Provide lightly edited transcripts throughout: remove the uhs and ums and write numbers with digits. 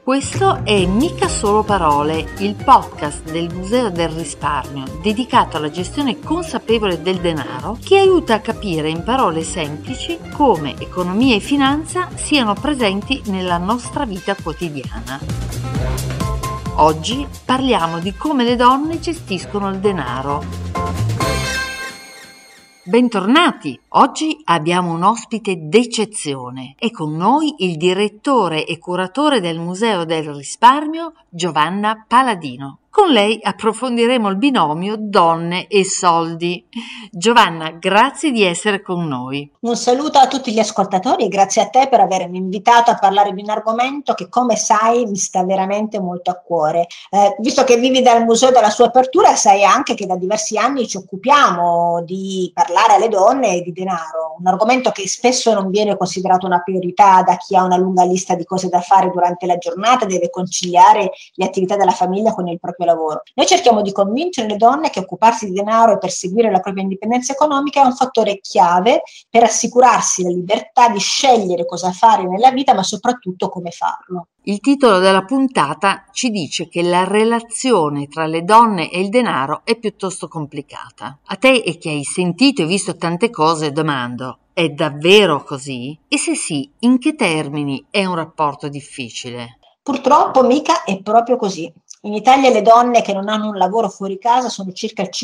Questo è Mica Solo Parole, il podcast del Museo del Risparmio dedicato alla gestione consapevole del denaro che aiuta a capire in parole semplici come economia e finanza siano presenti nella nostra vita quotidiana. Oggi parliamo di come le donne gestiscono il denaro. Bentornati! Oggi abbiamo un ospite d'eccezione. È con noi il direttore e curatore del Museo del Risparmio, Giovanna Paladino. Con lei approfondiremo il binomio donne e soldi. Giovanna, grazie di essere con noi. Un saluto a tutti gli ascoltatori e grazie a te per avermi invitato a parlare di un argomento che, come sai, mi sta veramente molto a cuore. Visto che vivi dal museo dalla sua apertura, sai anche che da diversi anni ci occupiamo di parlare alle donne di denaro, un argomento che spesso non viene considerato una priorità da chi ha una lunga lista di cose da fare durante la giornata, deve conciliare le attività della famiglia con il proprio lavoro. Noi cerchiamo di convincere le donne che occuparsi di denaro e perseguire la propria indipendenza economica è un fattore chiave per assicurarsi la libertà di scegliere cosa fare nella vita, ma soprattutto come farlo. Il titolo della puntata ci dice che la relazione tra le donne e il denaro è piuttosto complicata. A te e che hai sentito e visto tante cose domando: è davvero così? E se sì, in che termini è un rapporto difficile? Purtroppo mica è proprio così. In Italia le donne che non hanno un lavoro fuori casa sono circa il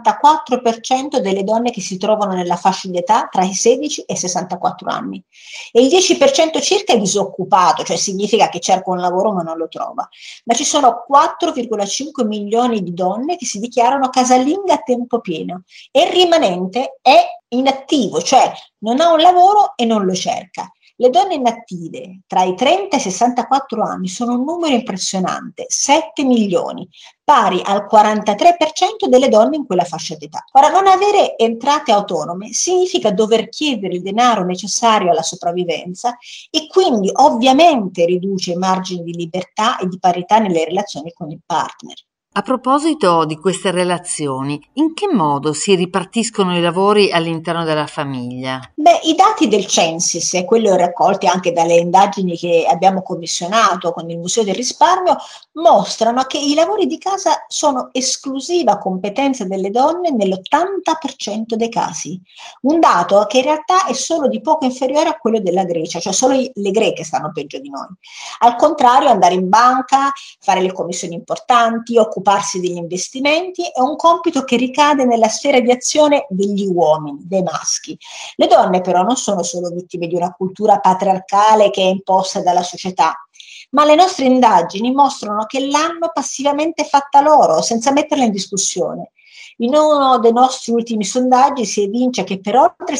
54% delle donne che si trovano nella fascia di età tra i 16 e i 64 anni e il 10% circa è disoccupato, cioè significa che cerca un lavoro ma non lo trova. Ma ci sono 4,5 milioni di donne che si dichiarano casalinghe a tempo pieno e il rimanente è inattivo, cioè non ha un lavoro e non lo cerca. Le donne inattive tra i 30 e i 64 anni sono un numero impressionante, 7 milioni, pari al 43% delle donne in quella fascia d'età. Ora, non avere entrate autonome significa dover chiedere il denaro necessario alla sopravvivenza e quindi ovviamente riduce i margini di libertà e di parità nelle relazioni con il partner. A proposito di queste relazioni, in che modo si ripartiscono i lavori all'interno della famiglia? I dati del Censis e quelli raccolti anche dalle indagini che abbiamo commissionato con il Museo del Risparmio mostrano che i lavori di casa sono esclusiva competenza delle donne nell'80% dei casi. Un dato che in realtà è solo di poco inferiore a quello della Grecia, cioè solo le greche stanno peggio di noi. Al contrario, andare in banca, fare le commissioni importanti, occuparsi degli investimenti è un compito che ricade nella sfera di azione degli uomini, dei maschi. Le donne però non sono solo vittime di una cultura patriarcale che è imposta dalla società, ma le nostre indagini mostrano che l'hanno passivamente fatta loro, senza metterla in discussione. In uno dei nostri ultimi sondaggi si evince che per oltre il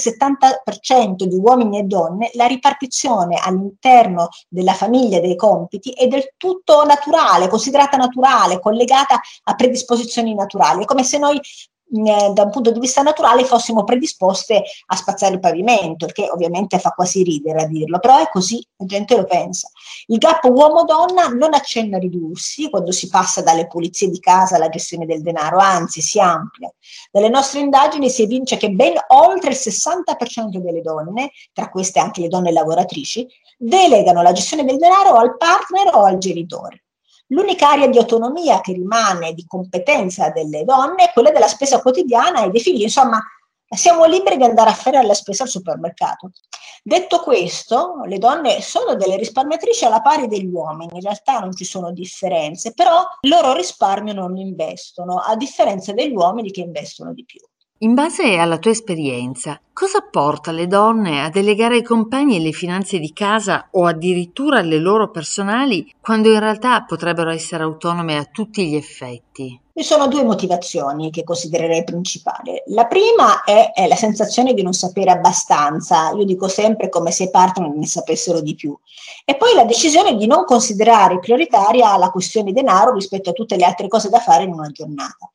70% di uomini e donne la ripartizione all'interno della famiglia dei compiti è del tutto naturale, considerata naturale, collegata a predisposizioni naturali. È come se noi da un punto di vista naturale fossimo predisposte a spazzare il pavimento, il che ovviamente fa quasi ridere a dirlo, però è così, la gente lo pensa. Il gap uomo-donna non accenna a ridursi quando si passa dalle pulizie di casa alla gestione del denaro, anzi si amplia. Dalle nostre indagini si evince che ben oltre il 60% delle donne, tra queste anche le donne lavoratrici, delegano la gestione del denaro al partner o al genitore. L'unica area di autonomia che rimane di competenza delle donne è quella della spesa quotidiana e dei figli, insomma, siamo liberi di andare a fare la spesa al supermercato. Detto questo, le donne sono delle risparmiatrici alla pari degli uomini, in realtà non ci sono differenze, però il loro risparmio non investono, a differenza degli uomini che investono di più. In base alla tua esperienza, cosa porta le donne a delegare ai compagni le finanze di casa o addirittura le loro personali quando in realtà potrebbero essere autonome a tutti gli effetti? Ci sono due motivazioni che considererei principali. La prima è la sensazione di non sapere abbastanza, io dico sempre come se i partner ne sapessero di più. E poi la decisione di non considerare prioritaria la questione denaro rispetto a tutte le altre cose da fare in una giornata.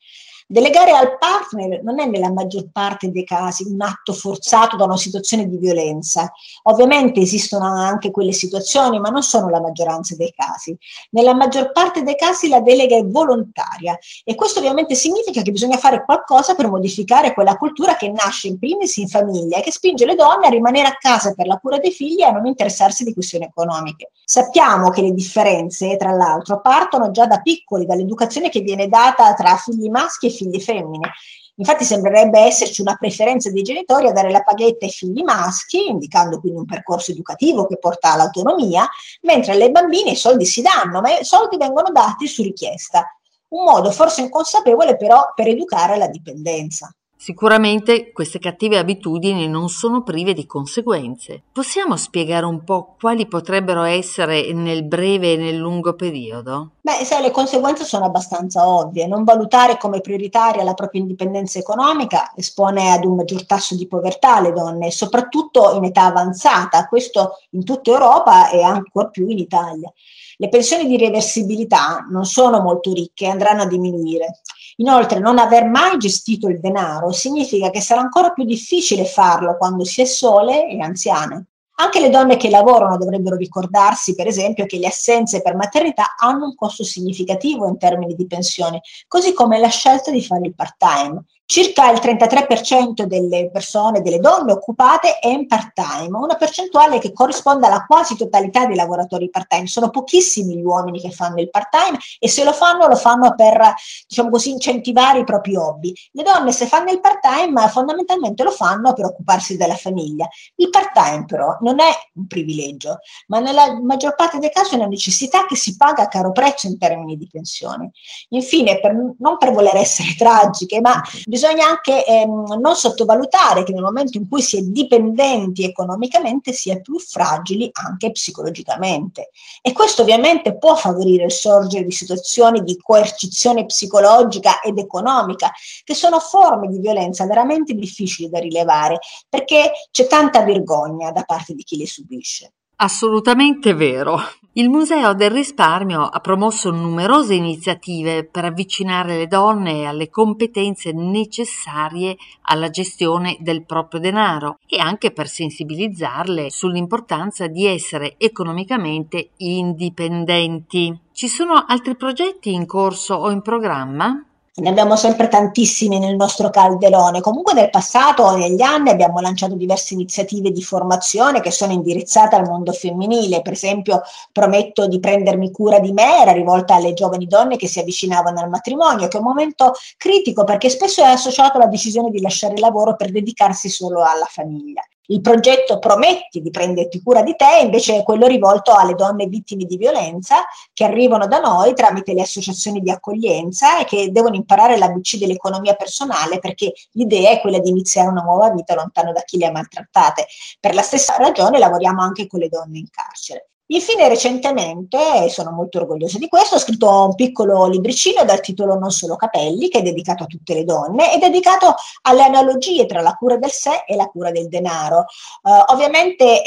Delegare al partner non è nella maggior parte dei casi un atto forzato da una situazione di violenza. Ovviamente esistono anche quelle situazioni, ma non sono la maggioranza dei casi. Nella maggior parte dei casi la delega è volontaria e questo ovviamente significa che bisogna fare qualcosa per modificare quella cultura che nasce in primis in famiglia e che spinge le donne a rimanere a casa per la cura dei figli e a non interessarsi di questioni economiche. Sappiamo che le differenze, tra l'altro, partono già da piccoli, dall'educazione che viene data tra figli maschi e figli femmine. Infatti sembrerebbe esserci una preferenza dei genitori a dare la paghetta ai figli maschi, indicando quindi un percorso educativo che porta all'autonomia, mentre alle bambine i soldi si danno, ma i soldi vengono dati su richiesta. Un modo forse inconsapevole però per educare alla dipendenza. Sicuramente queste cattive abitudini non sono prive di conseguenze. Possiamo spiegare un po' quali potrebbero essere nel breve e nel lungo periodo? Beh, sai, le conseguenze sono abbastanza ovvie. Non valutare come prioritaria la propria indipendenza economica espone ad un maggior tasso di povertà le donne, soprattutto in età avanzata, questo in tutta Europa e ancor più in Italia. Le pensioni di reversibilità non sono molto ricche e andranno a diminuire. Inoltre, non aver mai gestito il denaro significa che sarà ancora più difficile farlo quando si è sole e anziane. Anche le donne che lavorano dovrebbero ricordarsi, per esempio, che le assenze per maternità hanno un costo significativo in termini di pensione, così come la scelta di fare il part-time. Circa il 33% delle persone, delle donne occupate è in part-time, una percentuale che corrisponde alla quasi totalità dei lavoratori part-time. Sono pochissimi gli uomini che fanno il part-time e se lo fanno per, diciamo così, incentivare i propri hobby. Le donne se fanno il part-time fondamentalmente lo fanno per occuparsi della famiglia. Il part-time però non è un privilegio, ma nella maggior parte dei casi è una necessità che si paga a caro prezzo in termini di pensione. Infine, non per voler essere tragiche, ma bisogna anche non sottovalutare che nel momento in cui si è dipendenti economicamente si è più fragili anche psicologicamente e questo ovviamente può favorire il sorgere di situazioni di coercizione psicologica ed economica che sono forme di violenza veramente difficili da rilevare perché c'è tanta vergogna da parte di chi le subisce. Assolutamente vero. Il Museo del Risparmio ha promosso numerose iniziative per avvicinare le donne alle competenze necessarie alla gestione del proprio denaro e anche per sensibilizzarle sull'importanza di essere economicamente indipendenti. Ci sono altri progetti in corso o in programma? Ne abbiamo sempre tantissimi nel nostro calderone. Comunque nel passato, negli anni, abbiamo lanciato diverse iniziative di formazione che sono indirizzate al mondo femminile. Per esempio, Prometto di prendermi cura di me, era rivolta alle giovani donne che si avvicinavano al matrimonio, che è un momento critico perché spesso è associato alla decisione di lasciare il lavoro per dedicarsi solo alla famiglia. Il progetto Prometti di prenderti cura di te invece è quello rivolto alle donne vittime di violenza che arrivano da noi tramite le associazioni di accoglienza e che devono imparare l'ABC dell'economia personale perché l'idea è quella di iniziare una nuova vita lontano da chi le ha maltrattate. Per la stessa ragione lavoriamo anche con le donne in carcere. Infine, recentemente, e sono molto orgogliosa di questo, ho scritto un piccolo libricino dal titolo Non solo capelli, che è dedicato a tutte le donne e dedicato alle analogie tra la cura del sé e la cura del denaro. Ovviamente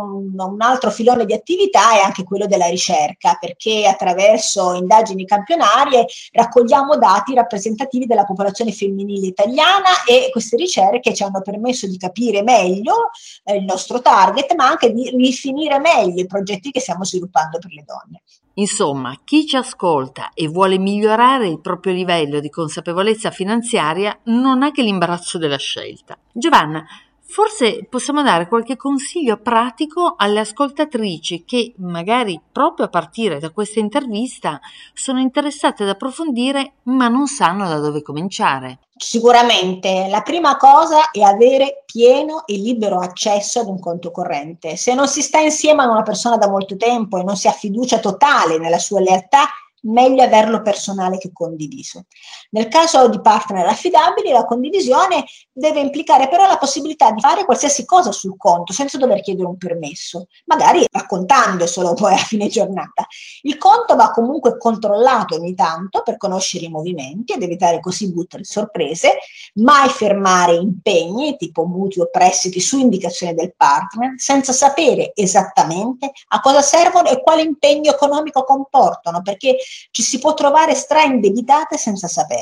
un altro filone di attività è anche quello della ricerca, perché attraverso indagini campionarie raccogliamo dati rappresentativi della popolazione femminile italiana e queste ricerche ci hanno permesso di capire meglio il nostro target, ma anche di rifinire meglio i progetti che stiamo sviluppando per le donne. Insomma, chi ci ascolta e vuole migliorare il proprio livello di consapevolezza finanziaria non ha che l'imbarazzo della scelta. Giovanna, forse possiamo dare qualche consiglio pratico alle ascoltatrici che magari proprio a partire da questa intervista sono interessate ad approfondire ma non sanno da dove cominciare. Sicuramente la prima cosa è avere pieno e libero accesso ad un conto corrente. Se non si sta insieme a una persona da molto tempo e non si ha fiducia totale nella sua lealtà, meglio averlo personale che condiviso. Nel caso di partner affidabili, la condivisione deve implicare però la possibilità di fare qualsiasi cosa sul conto senza dover chiedere un permesso, magari raccontandoselo poi a fine giornata. Il conto va comunque controllato ogni tanto per conoscere i movimenti ed evitare così brutte sorprese, mai fermare impegni tipo mutui o prestiti su indicazione del partner senza sapere esattamente a cosa servono e quale impegno economico comportano, perché ci si può trovare straindebitate senza saperlo.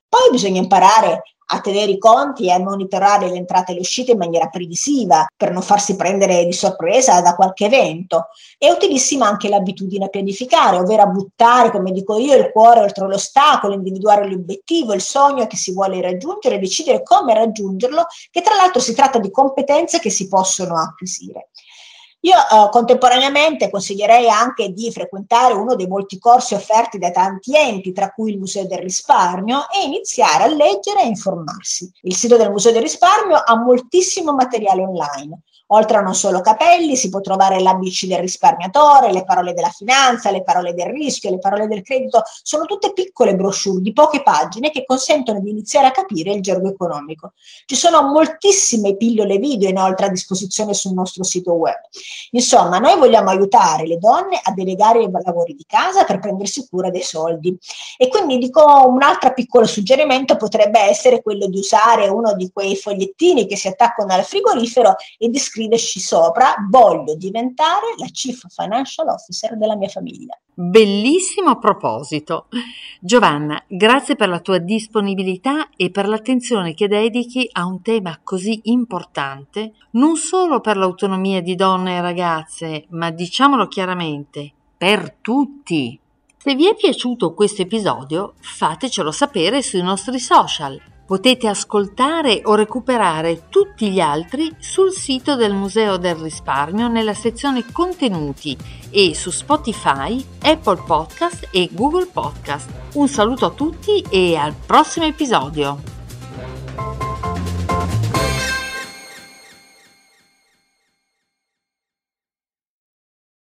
Poi bisogna imparare a tenere i conti e a monitorare le entrate e le uscite in maniera previsiva per non farsi prendere di sorpresa da qualche evento. È utilissima anche l'abitudine a pianificare, ovvero a buttare, come dico io, il cuore oltre l'ostacolo, individuare l'obiettivo, il sogno che si vuole raggiungere e decidere come raggiungerlo, che tra l'altro si tratta di competenze che si possono acquisire. Io contemporaneamente consiglierei anche di frequentare uno dei molti corsi offerti da tanti enti, tra cui il Museo del Risparmio, e iniziare a leggere e informarsi. Il sito del Museo del Risparmio ha moltissimo materiale online. Oltre a non solo capelli, si può trovare l'ABC del risparmiatore, le parole della finanza, le parole del rischio, le parole del credito. Sono tutte piccole brochure di poche pagine che consentono di iniziare a capire il gergo economico. Ci sono moltissime pillole video inoltre a disposizione sul nostro sito web. Insomma, noi vogliamo aiutare le donne a delegare i lavori di casa per prendersi cura dei soldi. E quindi dico, un altro piccolo suggerimento potrebbe essere quello di usare uno di quei fogliettini che si attaccano al frigorifero e di scriverci sopra: voglio diventare la Chief Financial Officer della mia famiglia. Bellissimo proposito. Giovanna, grazie per la tua disponibilità e per l'attenzione che dedichi a un tema così importante, non solo per l'autonomia di donne e ragazze, ma diciamolo chiaramente, per tutti. Se vi è piaciuto questo episodio, fatecelo sapere sui nostri social. Potete ascoltare o recuperare tutti gli altri sul sito del Museo del Risparmio nella sezione Contenuti e su Spotify, Apple Podcast e Google Podcast. Un saluto a tutti e al prossimo episodio!